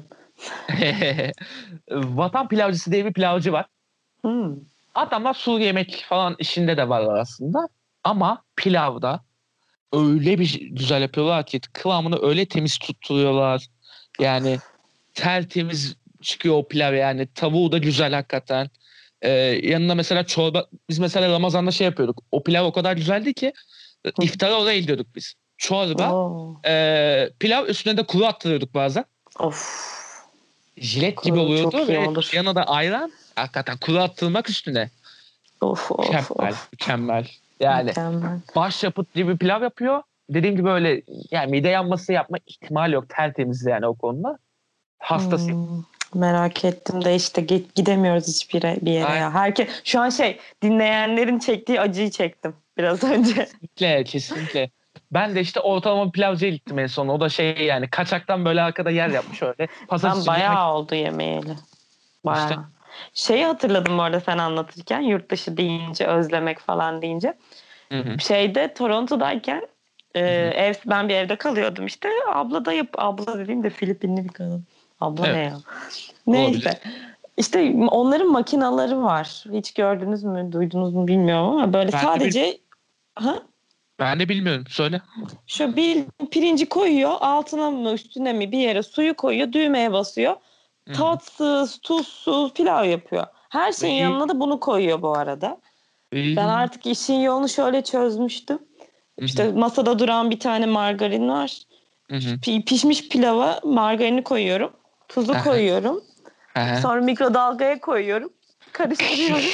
Vatan Pilavcısı diye bir pilavcı var. Hmm. Adamlar sulu yemek falan işinde de varlar aslında. Ama pilavda öyle bir güzel yapıyorlar ki kıvamını öyle temiz tutturuyorlar. Yani tertemiz çıkıyor o pilav yani. Tavuğu da güzel hakikaten. Ee, yanına mesela çorba. Biz mesela Ramazan'da şey yapıyorduk. O pilav o kadar güzeldi ki iftara oraya gidiyorduk biz. Çorba, Oo. e, pilav üstüne de kuru attırıyorduk bazen. Of. Jilet gibi Kuru oluyordu çok iyi ve olur. yanına da ayran. Hakikaten kuru attırmak üstüne. Of of Mükemmel, of. mükemmel. Yani Mükemmel. başyapıt gibi pilav yapıyor. Dediğim gibi öyle yani mide yanması yapma ihtimali yok. Tertemiz yani o konuda. Hastasıyım. Hmm, merak ettim de işte ge- gidemiyoruz hiçbir yere, bir yere Aynen. ya. Herkes şu an şey dinleyenlerin çektiği acıyı çektim biraz önce. Kesinlikle, kesinlikle. Ben de işte ortalama bir pilavcıya gittim en son. O da şey yani kaçaktan böyle arkada yer yapmış öyle. Pasaj Ben için yemek bayağı oldu yemeyeli. Bayağı. işte. Şeyi hatırladım bu arada sen anlatırken yurt dışı deyince özlemek falan deyince. Hı hı. Şeyde Toronto'dayken e, ev ben bir evde kalıyordum işte. Abla da yap abla dediğim de Filipinli bir kadın. Abla Evet. ne ya? Olabilir. Neyse. İşte onların makinaları var. Hiç gördünüz mü, duydunuz mu bilmiyorum ama böyle Ben de sadece ha Ben de bilmiyorum. Söyle. şu bir pirinci koyuyor, altına mı üstüne mi bir yere suyu koyuyor, düğmeye basıyor. Hı hı. Tatsız, tuzsuz pilav yapıyor. Her şeyin İyi. yanına da bunu koyuyor bu arada. İyi. Ben artık işin yolunu şöyle çözmüştüm. Hı hı. İşte masada duran bir tane margarin var. Hı hı. Pi- Pişmiş pilava margarini koyuyorum. Tuzu Aha. koyuyorum. Aha. Sonra mikrodalgaya koyuyorum. Karıştırıyorum.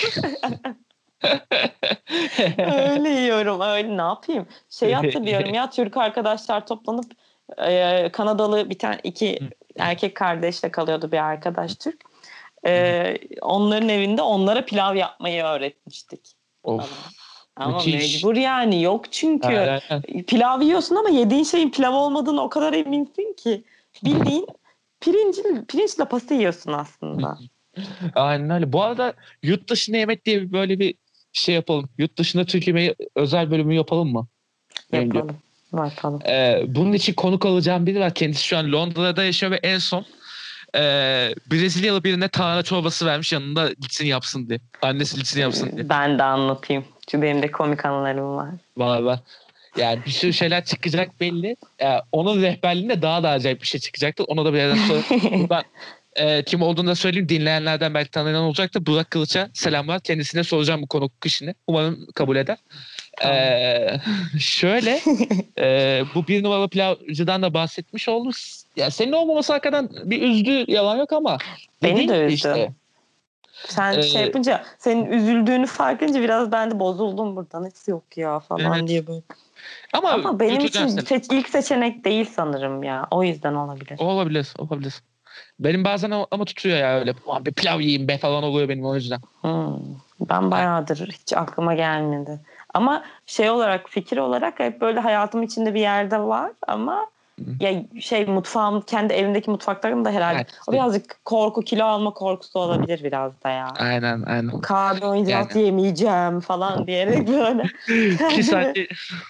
Öyle yiyorum. Öyle ne yapayım? Şeyi hatırlıyorum ya Türk arkadaşlar toplanıp e, Kanadalı bir tane iki erkek kardeşle kalıyordu bir arkadaş Türk. E, onların evinde onlara pilav yapmayı öğretmiştik. Of. Ama Müthiş. mecbur yani yok çünkü. Aynen, aynen. Pilav yiyorsun ama yediğin şeyin pilav olmadığını o kadar eminsin ki. Bildiğin pirinç, pirinç lapası yiyorsun aslında. Aynen öyle. Bu arada yurt dışında yemek diye böyle bir şey yapalım. Yurt dışında Türk yemeği özel bölümü yapalım mı? Bence. Yapalım. Yapalım. Ee, bunun için konuk alacağım biri var. Kendisi şu an Londra'da yaşıyor ve en son e, Brezilyalı birine tarhana çorbası vermiş yanında gitsin yapsın diye. Annesi gitsin yapsın diye. Ben de anlatayım. Çünkü benim de komik anılarım var. Var var. Yani bir sürü şeyler çıkacak belli. Yani onun rehberliğinde daha da acayip bir şey çıkacaktır. Ona da birazdan sonra buradan e, kim olduğunu da söyleyeyim. Dinleyenlerden belki tanıyan olacaktır. Burak Kılıç'a selamlar. Kendisine soracağım bu konuk kişini. Umarım kabul eder. Tamam. Ee, şöyle e, bu bir numaralı pilavcıdan da bahsetmiş olduk. Ya senin olmaması hakikaten bir üzdü yalan yok ama Beni dediğin de gibi üzdü. işte. Sen Ee, şey yapınca senin üzüldüğünü fark edince biraz ben de bozuldum buradan. Hiç yok ya falan Evet. diye böyle. Ama, Ama benim tutacağım için seni. seç, ilk seçenek değil sanırım ya. O yüzden olabilir. Olabilir, olabilir. Benim bazen o- ama tutuyor ya öyle. Ulan bir pilav yiyeyim be falan oluyor benim o yüzden. Hmm. Ben bayağıdır hiç aklıma gelmedi. Ama şey olarak fikir olarak hep böyle hayatım içinde bir yerde var ama Hı. ya şey mutfağım kendi evimdeki mutfaklarım da herhalde Evet. o birazcık korku kilo alma korkusu olabilir biraz da ya. Aynen, aynen. Karbonhidrat Yani. yemeyeceğim falan diyerek böyle Ki kendimi sanki,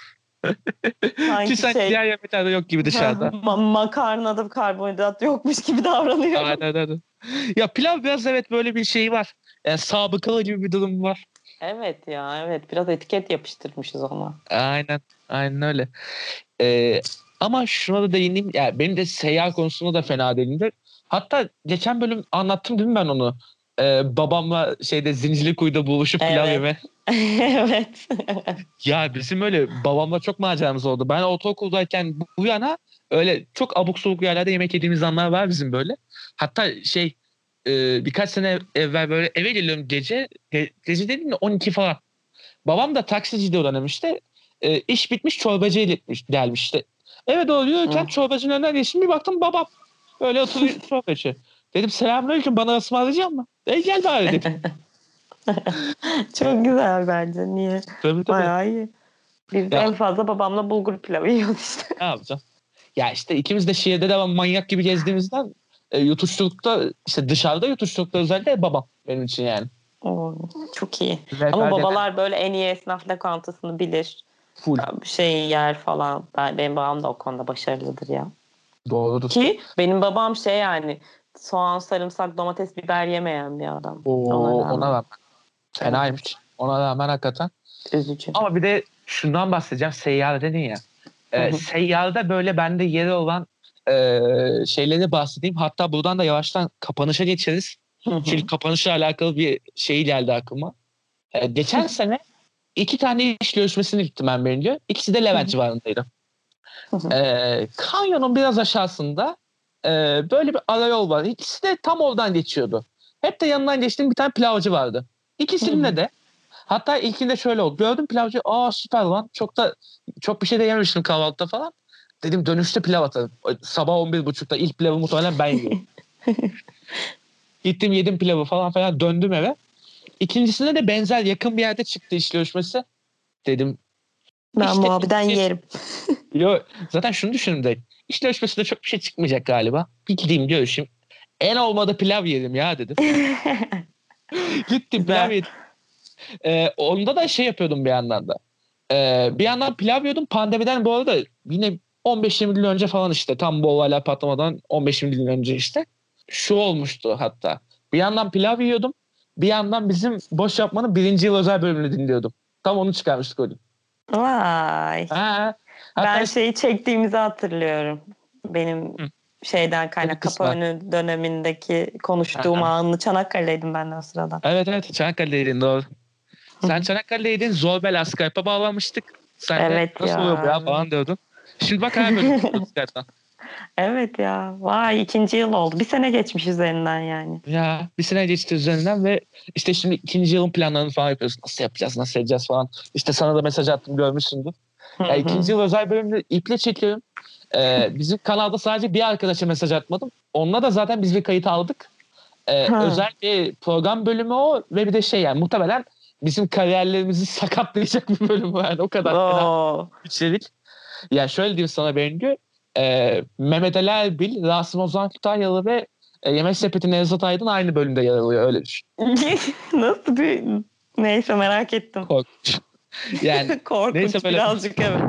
ki sanki sanki şey diğer yemeklerde yok gibi dışarıda. ma- makarnada karbonhidrat yokmuş gibi davranıyorum. Aynen, aynen. Ya pilav biraz evet böyle bir şey var. Yani sabıkalı gibi bir durum var. Evet ya, evet, biraz etiket yapıştırmışız ona. Aynen. Aynen öyle. Ee, ama şuna da değineyim. Yani benim de seyyar konusunda da fena değilimdir. Hatta geçen bölüm anlattım değil mi ben onu? Ee, babamla şeyde Zincirlikuyu'da buluşup pilav Evet. yeme. Evet. Ya bizim öyle babamla çok maceramız oldu. Ben ortaokuldayken bu bu yana öyle çok abuk sabuk yerlerde yemek yediğimiz anlar var bizim böyle. Hatta şey e, birkaç sene evvel böyle eve geliyorum gece. Ge- gece dedim de on iki falan. Babam da taksicide uğranmış işte. E, iş bitmiş çorbacıya gitmiş, gelmiş işte. Eve doğru yürürken Hı. çorbacının önünden geçtim bir baktım babam. Böyle oturuyor çorbacı. Dedim selamünaleyküm bana ısmarlayacak mısın? E gel bari dedim. Çok güzel bence. Niye? Tabii tabii. Bayağı iyi. Biz Ya en fazla babamla bulgur pilavı yiyoruz işte. ne yapacağım? Ya işte ikimiz de şehirde de manyak gibi gezdiğimizden e, yutuşturukta işte dışarıda yutuşturukta özellikle babam benim için yani. Oo, çok iyi. Ama V K D'den babalar böyle en iyi esnaf lokantasını bilir. full. Bir şey yer falan. Ben, benim babam da o konuda başarılıdır ya. Doğrudur. Ki benim babam şey yani soğan, sarımsak, domates, biber yemeyen bir adam. Ona O ona rağmen. rağmen Evet. fenaymış. Ona rağmen hakikaten. Üzücü. Ama bir de şundan bahsedeceğim. Seyyar dedin ya. Hı E, hı. seyyarda böyle bende yeri olan e, şeyleri bahsedeyim. Hatta buradan da yavaştan kapanışa geçeriz. Hı hı. Çünkü kapanışla alakalı bir şey geldi aklıma. E, geçen sene iki tane iş görüşmesine gittim ben önce. İkisi de Hı Levent hı. civarındaydı. Hı hı. E, kanyonun biraz aşağısında e, böyle bir arayol var. İkisi de tam oradan geçiyordu. Hep de yanından geçtiğim bir tane pilavcı vardı. Hı hı. İkisinde de hatta ilkinde şöyle oldu. Gördüm pilavcı. Aa süper lan. Çok da çok bir şey de yememiştim kahvaltıda falan. Dedim dönüşte pilav atarım. Sabah on bir buçukta ilk pilavı muhtemelen ben yiyorum. Gittim yedim pilavı falan falan döndüm eve. İkincisinde de benzer yakın bir yerde çıktı iş görüşmesi. Dedim Ben bu işte abiden yerim. yo, zaten şunu düşündüm de iş görüşmesinde çok bir şey çıkmayacak galiba. Bir gideyim görüşeyim. En olmadı pilav yedim ya dedim. Gittim pilav Güzel. yedim. Ee, onda da şey yapıyordum bir yandan da. Ee, bir yandan pilav yiyordum. Pandemiden bu arada yine on beş yirmi yıl önce falan işte tam bu olaylar patlamadan on beş yirmi yıl önce işte. Şu olmuştu hatta. Bir yandan pilav yiyordum. Bir yandan bizim boş yapmanın birinci yıl özel bölümünü dinliyordum. Tam onu çıkarmıştık o gün. Vay. Ha, hatta Ben işte, şeyi çektiğimizi hatırlıyorum. Benim hı, şeyden kaynak kısmı var. Kapaönü dönemindeki konuştuğum Ha, anını Çanakkale'deydim ben de o sırada. evet evet Çanakkale'deydin doğru. Sen Çanakkale'deydin zor bela Skype'a bağlanmıştık. Sen de Evet nasıl oluyor bu ya, ya falan evet. diyordun. Şimdi bak her bölüm çıkıyoruz Skype'tan. Evet ya. Vay, ikinci yıl oldu. Bir sene geçmiş üzerinden yani. Ya bir sene geçti üzerinden ve işte şimdi ikinci yılın planlarını falan yapıyoruz. Nasıl yapacağız, nasıl edeceğiz falan. İşte sana da mesaj attım görmüşsündür. Hı Ya hı. ikinci yıl özel bölümde iple çekiyorum. Ee, bizim kanalda sadece bir arkadaşa mesaj atmadım. Onunla da zaten biz bir kayıt aldık. Ee, Ha. özel bir program bölümü o ve bir de şey yani muhtemelen bizim kariyerlerimizi sakatlayacak bir bölüm yani o kadar fena Oo. içerik. Ya şöyle diyeyim sana Bengü. E, Mehmet Ali Erbil, Rasim Ozan Kütahyalı ve e, Yemek Sepeti Nevzat Aydın aynı bölümde yer alıyor. Öyle düşün. Nasıl bir... Neyse, merak ettim. Korkunç. Yani neyse Korkunç böyle birazcık, evet.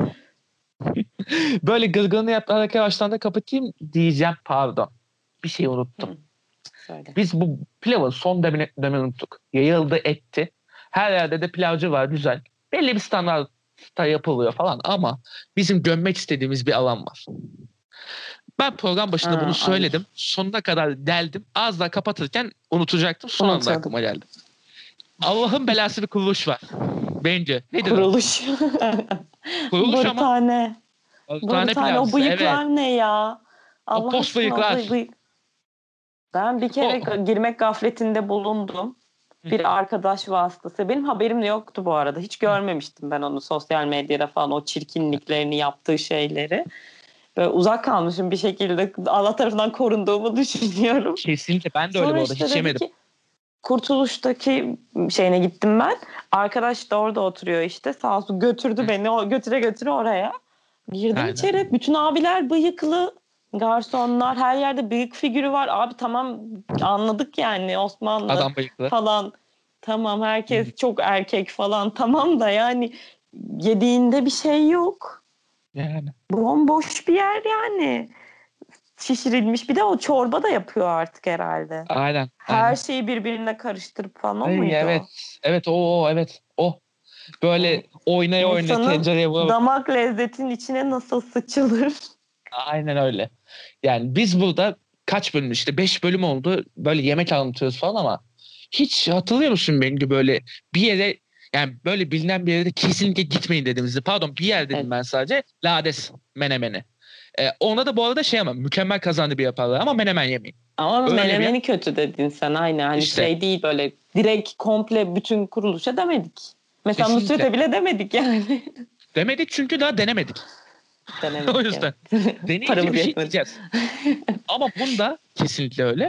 böyle gırgırını yaparak yavaştan da kapatayım diyeceğim pardon. Bir şey unuttum. Hı, söyle. Biz bu pilavın son demini, demini unuttuk. Yayıldı etti. Her yerde de pilavcı var güzel. Belli bir standartta yapılıyor falan ama bizim gömmek istediğimiz bir alan var. Ben program başında bunu Ha, ay. söyledim. Sonuna kadar deldim. Az daha kapatırken unutacaktım. Son anda Unutuyordum. aklıma geldi. Allah'ın belası bir kuruluş var. Bence. Nedir o? Kuruluş. Kuruluş ama Barutane. tane Barutane. O pilavcısı. Evet. bıyıklar ne ya? O Allah pos aşkına, o bıyıklar. bıy- bıyık. Ben bir kere O. ga- girmek gafletinde bulundum. Hı hı, Bir arkadaş vasıtası. Benim haberim yoktu bu arada. Hiç hı. görmemiştim ben onu sosyal medyada falan, o çirkinliklerini, yaptığı şeyleri. Böyle uzak kalmışım bir şekilde. Allah tarafından korunduğumu düşünüyorum. Kesinlikle. Ben de öyle Sonra bu arada. işte Hiç dedi yemedim. ki, Kurtuluş'taki şeyine gittim ben. Arkadaş da orada oturuyor işte. Sağ olsun götürdü Hı. beni. O götüre götüre oraya. Girdim Aynen. içeri. Bütün abiler bıyıklı. Garsonlar. Her yerde bıyık figürü var. Abi tamam, anladık yani, Osmanlı Adam bıyıklı. falan. Tamam, Hı hı. herkes çok erkek falan. Tamam da yani yediğinde bir şey yok. Yani. Bomboş bir yer yani. şişirilmiş. Bir de o çorba da yapıyor artık herhalde. Aynen. Her aynen. şeyi birbirine karıştırıp falan o Ay, muydu evet. o? Evet o, o evet o. Böyle Evet. oynaya oynaya İnsanın tencereye vura. damak lezzetin içine nasıl sıçılır? Aynen öyle. Yani biz burada kaç bölüm işte beş bölüm oldu böyle yemek anlatıyoruz falan ama hiç hatırlıyor musun Bengü böyle bir yere yani böyle bilinen bir yere de kesinlikle gitmeyin dediğimizde pardon bir yer dedim Evet. ben sadece Lades Menemen'i. Ee, ona da bu arada şey ama mükemmel kazandı bir yaparlar ama menemen yemeyin. Ama Öyle bir yer. menemeni kötü dedin sen aynı. Hani İşte şey değil böyle direkt komple bütün kuruluşa demedik. Mesela kesinlikle Nusret'e bile demedik yani. demedik çünkü daha denemedik. O Denemedik evet. yüzden deneyince Paramız bir şey yetmedi. diyeceğiz. Ama bunda kesinlikle öyle.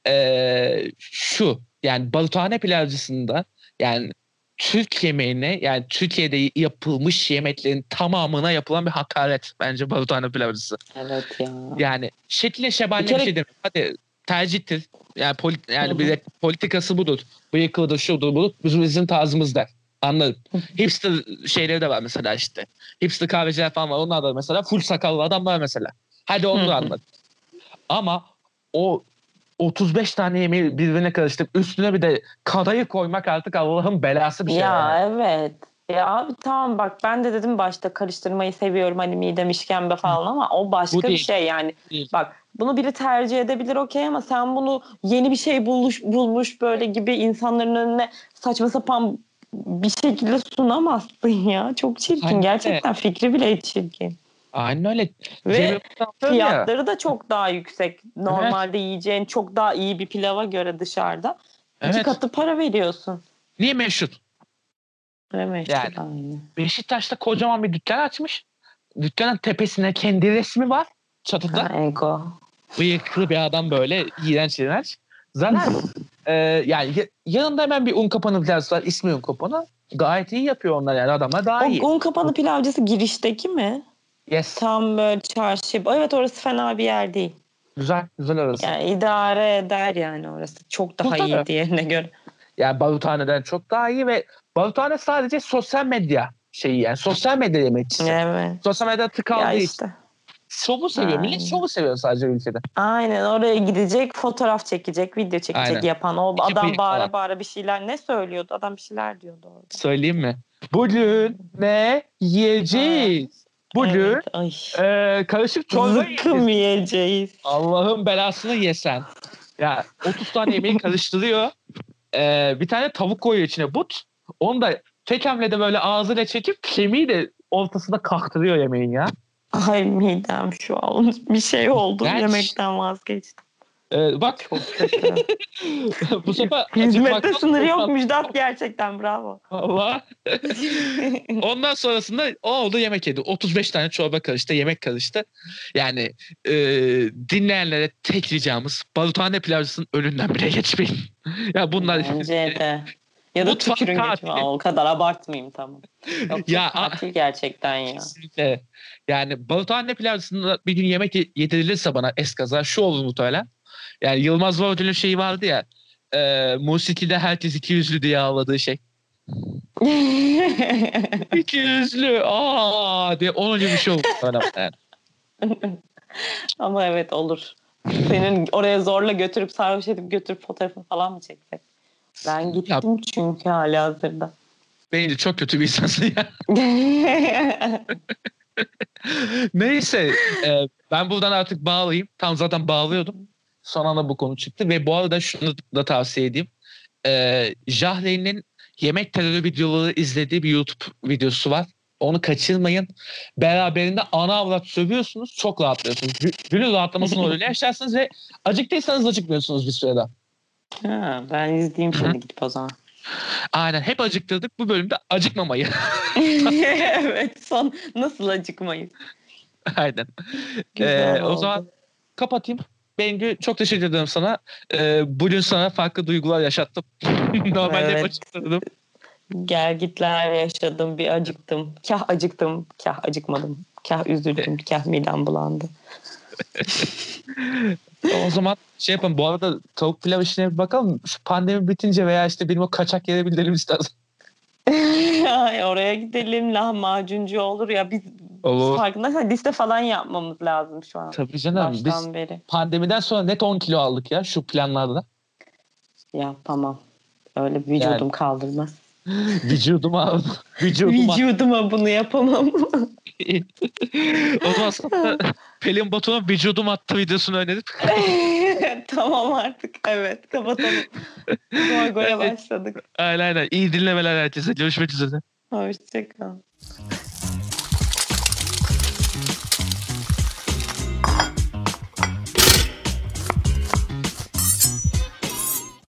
Ee, şu yani balıkhane pilavcısında yani Türk yemeğine yani Türkiye'de yapılmış yemeklerin tamamına yapılan bir hakaret bence balıkhane pilavcısı. Evet ya. Yani şekline Bir şebaline bir şey kere demiyorum. Hadi tercihtir. Yani, polit, Hı yani bir hı. de politikası budur. Bıyıklıdır, şudur, budur. Bizim, bizim tarzımız der. Anladım. Hipster şeyleri de var mesela işte. Hipster kahveciler falan var. Onlar da mesela full sakallı adam var mesela. Hadi Hı onu da hı. anladım. Ama o otuz beş tane yemeği birbirine karıştırıp üstüne bir de kadayı koymak artık Allah'ın belası bir şey yani. Ya evet. Ya abi tamam bak ben de dedim başta karıştırmayı seviyorum hani midem işkembe falan ama o Bu başka bir değil. şey yani. Değil. Bak bunu biri tercih edebilir okey ama sen bunu yeni bir şey bulmuş, bulmuş böyle gibi insanların önüne saçma sapan bir şekilde sunamazsın ya. Çok çirkin. Aynen öyle. Gerçekten fikri bile çirkin. Aynen öyle. Cem Ve Yılmaz anlatıyordu ya. fiyatları da çok daha yüksek. Evet. Normalde yiyeceğin çok daha iyi bir pilava göre dışarıda. İki Evet. katı para veriyorsun. Niye meşhur? Ve Yani meşhur aynı. Beşiktaş'ta kocaman bir dükkan açmış. Dükkanın tepesine kendi resmi var. Ha, Çatıda. ego. Bıyıklı bir adam böyle iğrenç iğrenç. Zaten e, yani ya- yanında hemen bir un kapanı biraz var. İsmi un kapanı. Gayet iyi yapıyor onlar yani adamlar daha O iyi. un kapanı pilavcısı girişteki mi? Yes. Tam böyle çarşı. Evet orası fena bir yer değil. Güzel. Güzel arası. Yani idare eder yani orası. Çok daha Kurtarır. iyi diğerine göre. Yani Baruthane'den çok daha iyi ve Baruthane sadece sosyal medya şeyi yani. Sosyal medya yemekçisi. Evet. Sosyal medya tık Ya aldığı için. işte. Şovu seviyor. Millet Aynen. şovu seviyor sadece ülkede. Aynen oraya gidecek, fotoğraf çekecek, video çekecek Aynen. yapan o İki adam bıyık falan. bağıra bağıra bir şeyler ne söylüyordu? Adam bir şeyler diyordu orada. Söyleyeyim mi? Bugün ne Ha, yiyeceğiz? Bugün evet. Ay. e, karışık çorba yiyeceğiz. Zıkkım yiyeceğiz. Allah'ın belasını yesen. Ya otuz tane yemeği karıştırıyor. E, bir tane tavuk koyuyor içine but. Onu da tek hamlede böyle ağzıyla çekip kemiği de ortasında kaktırıyor yemeğin ya. Ay midem şu an bir şey oldu. İğrenç. Yemekten vazgeçtim. E, bak Çok kötü. bu sefer Hizmette acıkmaktan sınır yok korkan Müjdat gerçekten bravo. Allah. Ondan sonrasında o oldu yemek yedi. otuz beş tane çorba karıştı, yemek karıştı. Yani e, dinleyenlere tek ricamız Baluthane pilavcısının önünden bile geçmeyin. Ya bunlar Bence de. Ya da mutfak tükürün geçme. katili. O kadar abartmayayım tamam. Yok çok Ya a- katil gerçekten ya. kesinlikle. Yani Baluthane pilavcısında bir gün yemek ye- yedirilirse bana eskaza şu olur muhtemelen. Yani Yılmaz Vorgül'ün şeyi vardı ya. E, musikide herkes iki yüzlü diye ağladığı şey. İki yüzlü aa diye onun gibi bir şey oldu muhtemelen. Yani. Ama evet olur. Senin oraya zorla götürüp sarhoş edip götürüp fotoğrafını falan mı çeksek? Ben Ya gittim çünkü halihazırda. bence çok kötü bir insansın ya. Neyse e, ben buradan artık bağlayayım. Tam zaten bağlıyordum. Son anda bu konu çıktı ve bu arada şunu da tavsiye edeyim. E, Jahreyn'in yemek terörü videoları izlediği bir YouTube videosu var. Onu kaçırmayın. Beraberinde ana avrat sövüyorsunuz. Çok rahatlıyorsunuz. Gü- Günün rahatlamasını öyle yaşarsınız ve acıktıysanız acıkmıyorsunuz bir süreden. Ha, ben izleyeyim Hı hı. şimdi gidip o zaman. Aynen hep acıktırdık. Bu bölümde acıkmamayı. Evet son nasıl acıkmayız? Aynen. Güzel Ee, o zaman oldu. kapatayım. Bengü çok teşekkür ederim sana. Ee, bugün sana farklı duygular yaşattım. Normalde hep Evet acıktırdım. gelgitler yaşadım bir acıktım. Kah acıktım kah acıkmadım. Kah üzüldüm kah midem bulandı. O zaman şey yapalım. Bu arada tavuk pilav işine bir bakalım. Şu pandemi bitince veya işte benim o kaçak yere bildirelim istersen. Ay, oraya gidelim lahmacuncu olur ya biz Olur. Farkındaysan liste falan yapmamız lazım şu an. Tabii canım. Baştan Biz beri. pandemiden sonra net on kilo aldık ya şu planlarda. Ya tamam. Öyle vücudum Yani kaldırmaz. vücuduma vücuduma. Vücuduma bunu yapamam. O zaman sana Pelin Batu'nun vücudum attı videosunu önerip. Tamam artık. Evet kapatalım. Goy goya Evet. başladık. Aynen aynen. İyi dinlemeler herkese. Görüşmek üzere. Hoşçakal.